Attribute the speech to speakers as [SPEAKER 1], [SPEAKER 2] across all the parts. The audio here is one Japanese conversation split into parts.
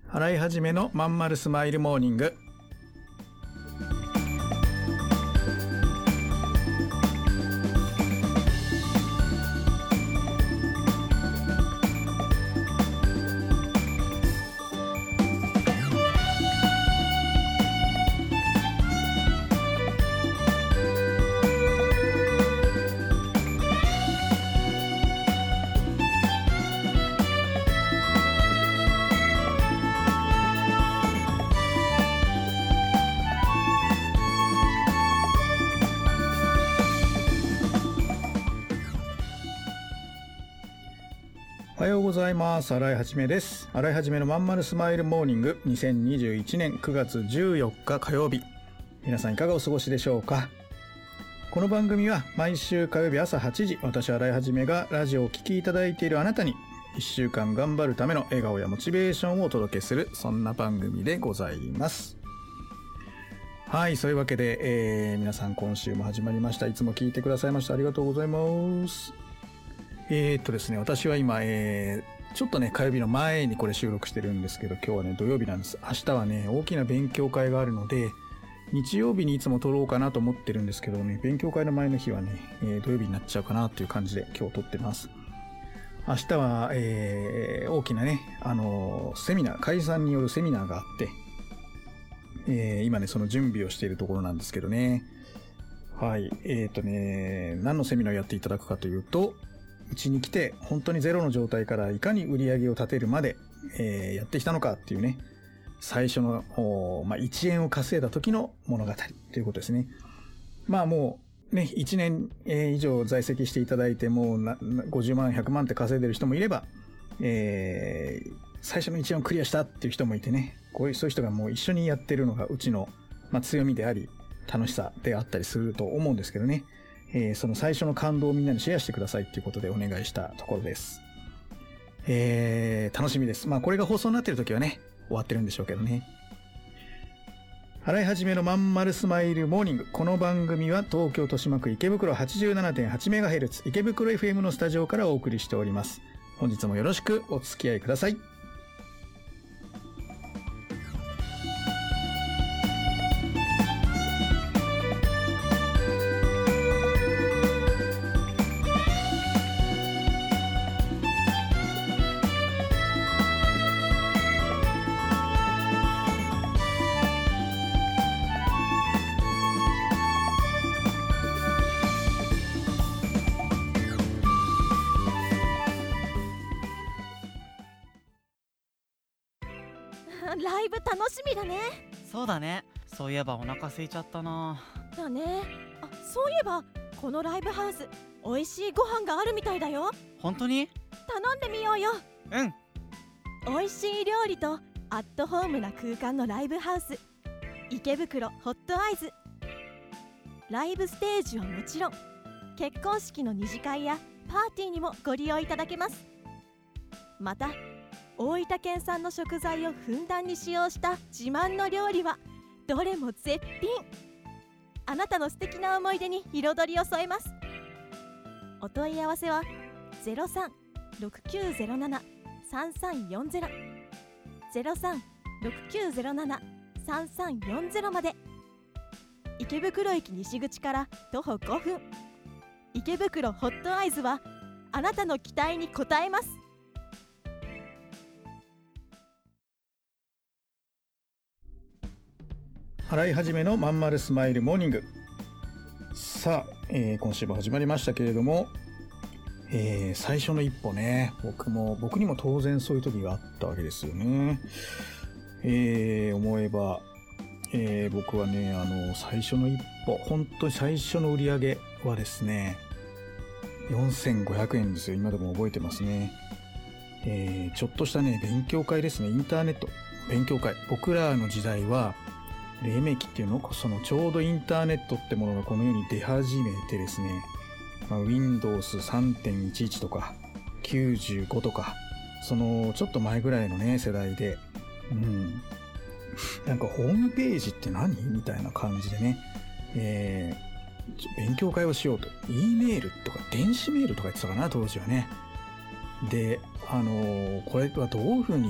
[SPEAKER 1] 洗い始めのまんまるスマイルモーニング。おはようございます。洗いはじめです。洗いはじめのまんまるスマイルモーニング2021年9月14日火曜日。皆さんいかがお過ごしでしょうか。この番組は毎週火曜日朝8時、私洗いはじめがラジオをお聞きいただいているあなたに1週間頑張るための笑顔やモチベーションをお届けする、そんな番組でございます。はい、そういうわけで、皆さん今週も始まりました。いつも聞いてくださいました。ありがとうございます。ですね、私は今、ちょっとね、火曜日の前にこれ収録してるんですけど、今日はね、土曜日なんです。明日はね、大きな勉強会があるので、日曜日にいつも撮ろうかなと思ってるんですけどね、勉強会の前の日はね、土曜日になっちゃうかなという感じで今日撮ってます。明日は、大きなね、セミナー、解散によるセミナーがあって、今ね、その準備をしているところなんですけどね。はい、何のセミナーをやっていただくかというと、うちに来て本当にゼロの状態からいかに売り上げを立てるまで、やってきたのかっていうね、最初の、1円を稼いだ時の物語ということですね。まあもうね、1年以上在籍していただいてもう50万100万って稼いでる人もいれば、最初の1円をクリアしたっていう人もいてね、そういう人がもう一緒にやってるのがうちの、強みであり楽しさであったりすると思うんですけどね。その最初の感動をみんなにシェアしてくださいっていうことでお願いしたところです。楽しみです。これが放送になっている時はね、終わってるんでしょうけどね。洗い始めのまんまるスマイルモーニング。この番組は東京豊島区池袋 87.8MHz 池袋 FM のスタジオからお送りしております。本日もよろしくお付き合いください。
[SPEAKER 2] ライブ楽しみだね。
[SPEAKER 3] そうだね。そういえばお腹空いちゃったな。
[SPEAKER 2] だね。そういえばこのライブハウス美味しいご飯があるみたいだよ。
[SPEAKER 3] 本当に？
[SPEAKER 2] 頼んでみようよ。
[SPEAKER 3] うん。
[SPEAKER 2] 美味しい料理とアットホームな空間のライブハウス、池袋ホットアイズ。ライブステージはもちろん、結婚式の二次会やパーティーにもご利用いただけます。また大分県産の食材をふんだんに使用した自慢の料理はどれも絶品。あなたの素敵な思い出に彩りを添えます。お問い合わせは 03-6907-3340 03-6907-3340 まで。池袋駅西口から徒歩5分、池袋ホットアイズはあなたの期待に応えます。
[SPEAKER 1] 洗い始めのまんまるスマイルモーニング。さあ、今週も始まりましたけれども、最初の一歩ね、僕にも当然そういう時があったわけですよね。思えば、僕はね、最初の一歩、本当に最初の売り上げはですね、4500円ですよ。今でも覚えてますね。ちょっとしたね、勉強会ですね。インターネット勉強会。僕らの時代は黎明期っていうの、そのちょうどインターネットってものがこの世に出始めてですね、Windows 3.11 とか95とか、そのちょっと前ぐらいのね世代で、なんかホームページって何みたいな感じでね、勉強会をしようと、 E メールとか電子メールとか言ってたかな、当時はね。で、これはどういうふうに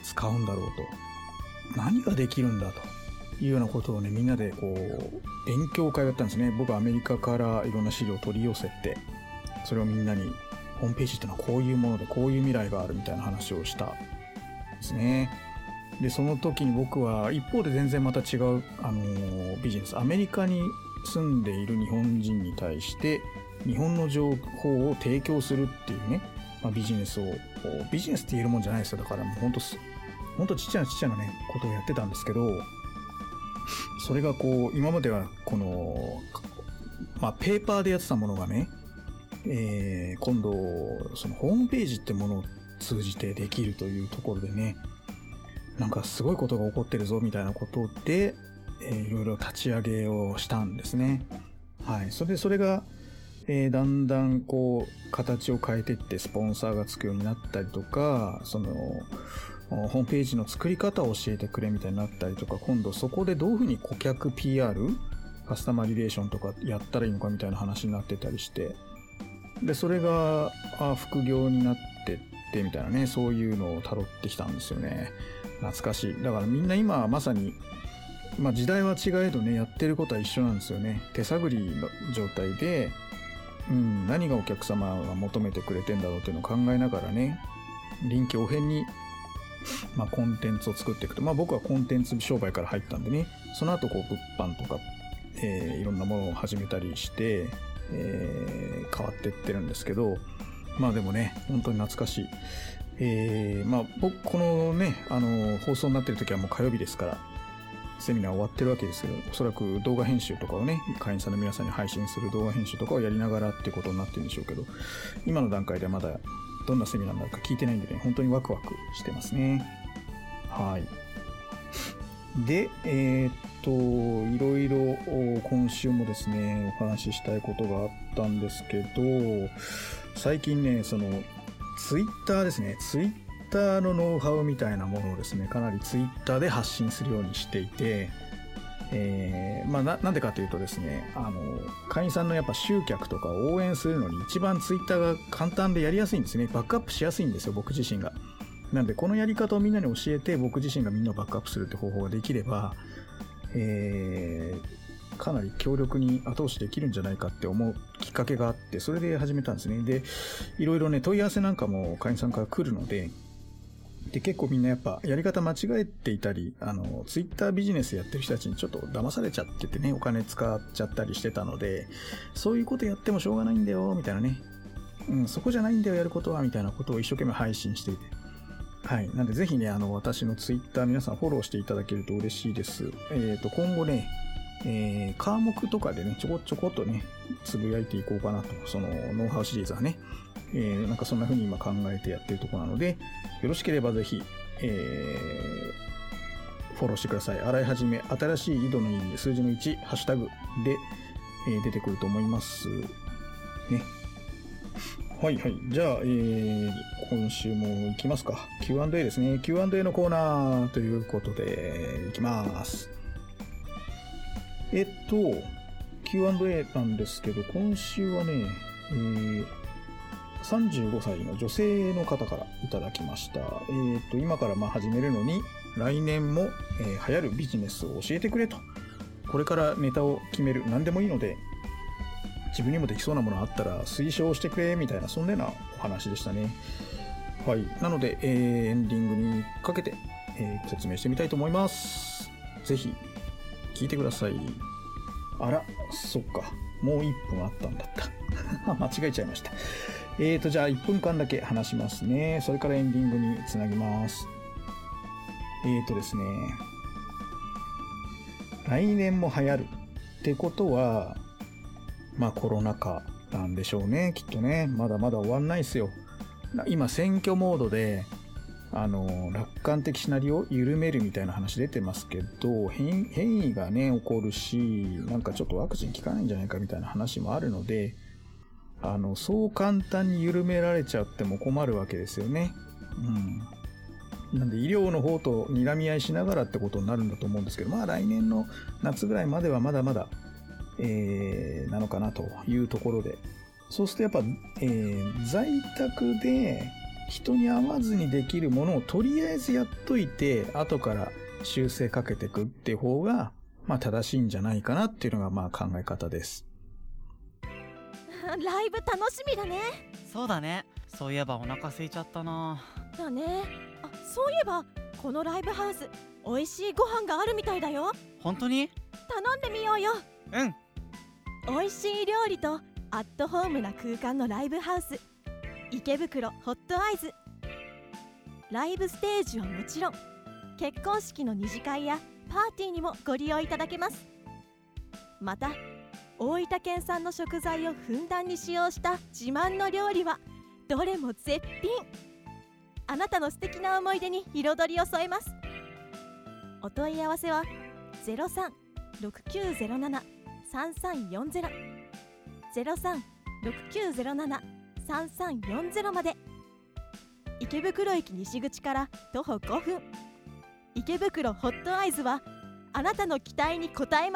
[SPEAKER 1] 使うんだろうと、何ができるんだというようなことをね、みんなでこう勉強会をやったんですね。僕はアメリカからいろんな資料を取り寄せて、それをみんなにホームページっていうのはこういうものでこういう未来があるみたいな話をしたんですね。でその時に僕は一方で全然また違う、ビジネス、アメリカに住んでいる日本人に対して日本の情報を提供するっていうね、ビジネスって言えるもんじゃないですよ。だからもうほんとちっちゃなねことをやってたんですけど、それがこう今まではこのペーパーでやってたものがね、今度そのホームページってものを通じてできるというところでね、なんかすごいことが起こってるぞみたいなことで、いろいろ立ち上げをしたんですね。はい。それが、だんだんこう形を変えていってスポンサーがつくようになったりとか、そのホームページの作り方を教えてくれみたいになったりとか、今度そこでどういうふうに顧客 PR、カスタマーリレーションとかやったらいいのかみたいな話になってたりして、でそれが副業になってってみたいなね、そういうのを辿ってきたんですよね。懐かしい。だからみんな今まさに、時代は違えどね、やってることは一緒なんですよね。手探りの状態で、何がお客様が求めてくれてんだろうっていうのを考えながらね、臨機応変に、コンテンツを作っていくと。僕はコンテンツ商売から入ったんでね、その後こう物販とか、いろんなものを始めたりして、変わっていってるんですけど、でもね、本当に懐かしい。僕このね、放送になってる時はもう火曜日ですから、セミナー終わってるわけですけど、おそらく動画編集とかをね、会員さんの皆さんに配信する動画編集とかをやりながらってことになってるんでしょうけど、今の段階ではまだどんなセミナーになるか聞いてないんでね、本当にワクワクしてますね。はい。で、いろいろ今週もですね、お話ししたいことがあったんですけど、最近ね、そのツイッターですね、ツイッターのノウハウみたいなものをですね、かなりツイッターで発信するようにしていて、なんでかというとですね、会員さんのやっぱ集客とかを応援するのに一番ツイッターが簡単でやりやすいんですね。バックアップしやすいんですよ、僕自身が。なんでこのやり方をみんなに教えて、僕自身がみんなをバックアップするって方法ができれば、かなり強力に後押しできるんじゃないかって思うきっかけがあって、それで始めたんですね。で、いろいろね、問い合わせなんかも会員さんから来るので、結構みんなやっぱやり方間違えていたり、ツイッタービジネスやってる人たちにちょっと騙されちゃっててね、お金使っちゃったりしてたので、そういうことやってもしょうがないんだよみたいなね、そこじゃないんだよやることはみたいなことを一生懸命配信していて、はい。なんでぜひね、私のツイッター皆さんフォローしていただけると嬉しいです。今後ね、科目とかでね、ちょこっとね、つぶやいていこうかなと。そのノウハウシリーズはね、なんかそんな風に今考えてやってるところなので、よろしければぜひ、フォローしてください。洗い始め、新しい井戸の意味で数字の1、ハッシュタグで、出てくると思います。ね。はい。じゃあ、今週も行きますか。Q&A ですね。Q&A のコーナーということで、行きます。Q&A なんですけど、今週はね、35歳の女性の方からいただきました。今から始めるのに、来年も、流行るビジネスを教えてくれと。これからネタを決める。何でもいいので、自分にもできそうなものあったら推奨してくれみたいな、そんなようなお話でしたね。はい。なので、エンディングにかけて、説明してみたいと思います。ぜひ聞いてください。あら、そっか。もう1分あったんだった。間違えちゃいました。じゃあ1分間だけ話しますね。それからエンディングにつなぎます。ですね。来年も流行るってことは、コロナ禍なんでしょうね、きっとね。まだまだ終わんないっすよ。今、選挙モードで、楽観的シナリオを緩めるみたいな話出てますけど、変異がね、起こるし、なんかちょっとワクチン効かないんじゃないかみたいな話もあるので、そう簡単に緩められちゃっても困るわけですよね。なんで医療の方と睨み合いしながらってことになるんだと思うんですけど、来年の夏ぐらいまではまだまだ、なのかなというところで、そうするとやっぱ、在宅で人に合わずにできるものをとりあえずやっといて、後から修正かけていくっていう方が、正しいんじゃないかなっていうのが考え方です。
[SPEAKER 2] ライブ楽しみだね。
[SPEAKER 3] そうだね。そういえばお腹空いちゃったな。
[SPEAKER 2] だね。そういえばこのライブハウス美味しいご飯があるみたいだよ。
[SPEAKER 3] 本当に？
[SPEAKER 2] 頼んでみようよ。
[SPEAKER 3] うん。
[SPEAKER 2] 美味しい料理とアットホームな空間のライブハウス、池袋ホットアイズ。ライブステージはもちろん、結婚式の二次会やパーティーにもご利用いただけます。また大分県産の食材をふんだんに使用した自慢の料理はどれも絶品。あなたの素敵な思い出に彩りを添えます。お問い合わせは 03-6907-3340 03-6907-3340 まで。池袋駅西口から徒歩5分、池袋ホットアイズはあなたの期待に応えます。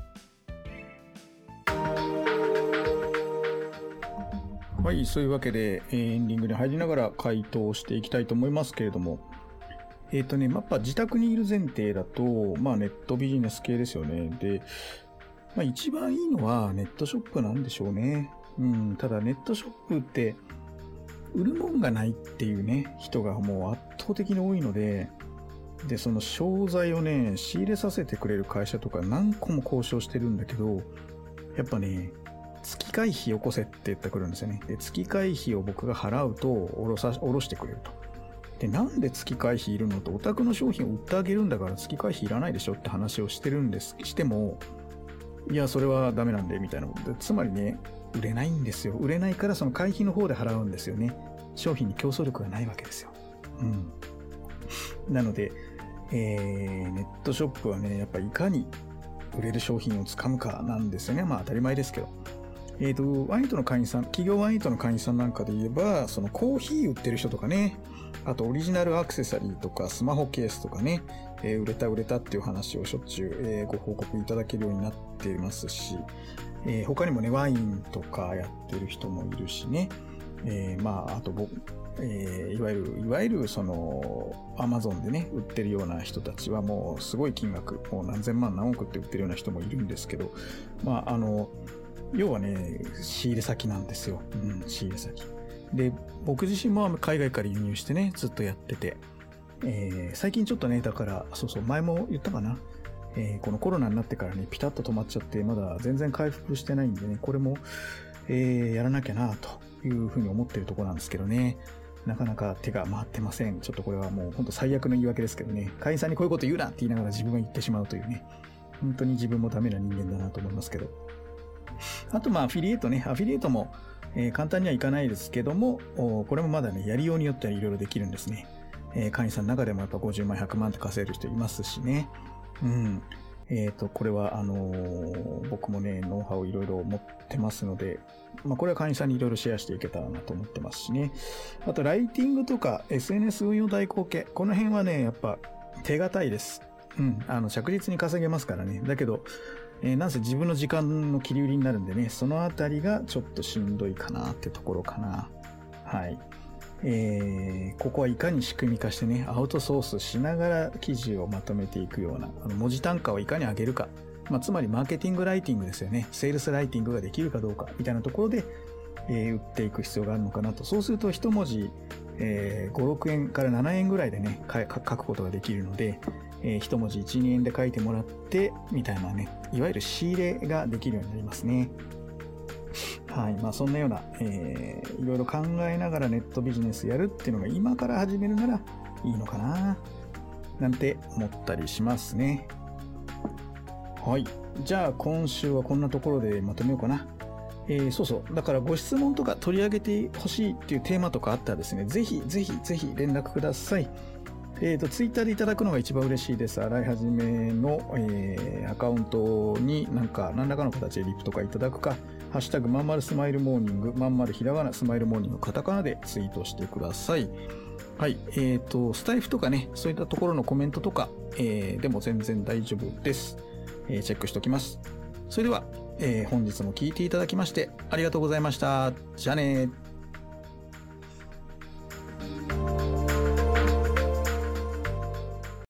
[SPEAKER 1] はい、そういうわけでエンディングに入りながら回答していきたいと思いますけれども、やっぱ自宅にいる前提だと、ネットビジネス系ですよね。で、一番いいのはネットショップなんでしょうね。ただネットショップって売るもんがないっていうね、人がもう圧倒的に多いので、その商材をね、仕入れさせてくれる会社とか何個も交渉してるんだけど、やっぱね、月会費よこせって言ってくるんですよね。で、月会費を僕が払うとおろしてくれると。で、なんで月会費いるのと、お宅の商品を売ってあげるんだから月会費いらないでしょって話をしても、いや、それはダメなんで、みたいな。つまりね、売れないんですよ。売れないからその会費の方で払うんですよね。商品に競争力がないわけですよ。なので、ネットショップはね、やっぱいかに売れる商品をつかむかなんですよね。当たり前ですけど。ワインとの会員さん、企業ワインとの会員さんなんかで言えば、そのコーヒー売ってる人とかね、あとオリジナルアクセサリーとかスマホケースとかね、売れたっていう話をしょっちゅう、ご報告いただけるようになっていますし、他にもね、ワインとかやってる人もいるしね、あといわゆるその Amazon でね、売ってるような人たちはもうすごい金額、もう何千万何億って売ってるような人もいるんですけど、要はね、仕入れ先なんですよ。仕入れ先。で、僕自身も海外から輸入してね、ずっとやってて、最近ちょっとね、だから、前も言ったかな。このコロナになってからね、ピタッと止まっちゃって、まだ全然回復してないんでね、これも、やらなきゃな、というふうに思ってるところなんですけどね。なかなか手が回ってません。ちょっとこれはもう本当最悪の言い訳ですけどね。会員さんにこういうこと言うなって言いながら自分が言ってしまうというね。本当に自分もダメな人間だなと思いますけど。あとアフィリエイトね。アフィリエイトも、簡単にはいかないですけども、これもまだね、やりようによってはいろいろできるんですね。会員さんの中でもやっぱ50万、100万って稼げる人いますしね。これは僕もね、ノウハウいろいろ持ってますので、これは会員さんにいろいろシェアしていけたらなと思ってますしね。あと、ライティングとか SNS 運用代行系、この辺はね、やっぱ手堅いです。着実に稼げますからね。だけど、なんせ自分の時間の切り売りになるんでね、そのあたりがちょっとしんどいかなってところかな。はい。ここはいかに仕組み化してね、アウトソースしながら記事をまとめていくような、文字単価をいかに上げるか。つまりマーケティングライティングですよね。セールスライティングができるかどうか、みたいなところで、売っていく必要があるのかなと。そうすると一文字、5、6円から7円ぐらいでね、書くことができるので、一文字1、2円で書いてもらって、みたいなね、いわゆる仕入れができるようになりますね。はい。そんなような、いろいろ考えながらネットビジネスやるっていうのが今から始めるならいいのかな、なんて思ったりしますね。はい。じゃあ今週はこんなところでまとめようかな。だからご質問とか取り上げてほしいっていうテーマとかあったらですね、ぜひ連絡ください。ツイッターでいただくのが一番嬉しいです。洗い始めの、アカウントに何らかの形でリプとかいただくか、ハッシュタグまんまるスマイルモーニング、まんまるひらがなスマイルモーニング、カタカナでツイートしてください。はい。スタイフとかね、そういったところのコメントとか、でも全然大丈夫です。チェックしておきます。それでは、本日も聞いていただきましてありがとうございました。じゃあねー。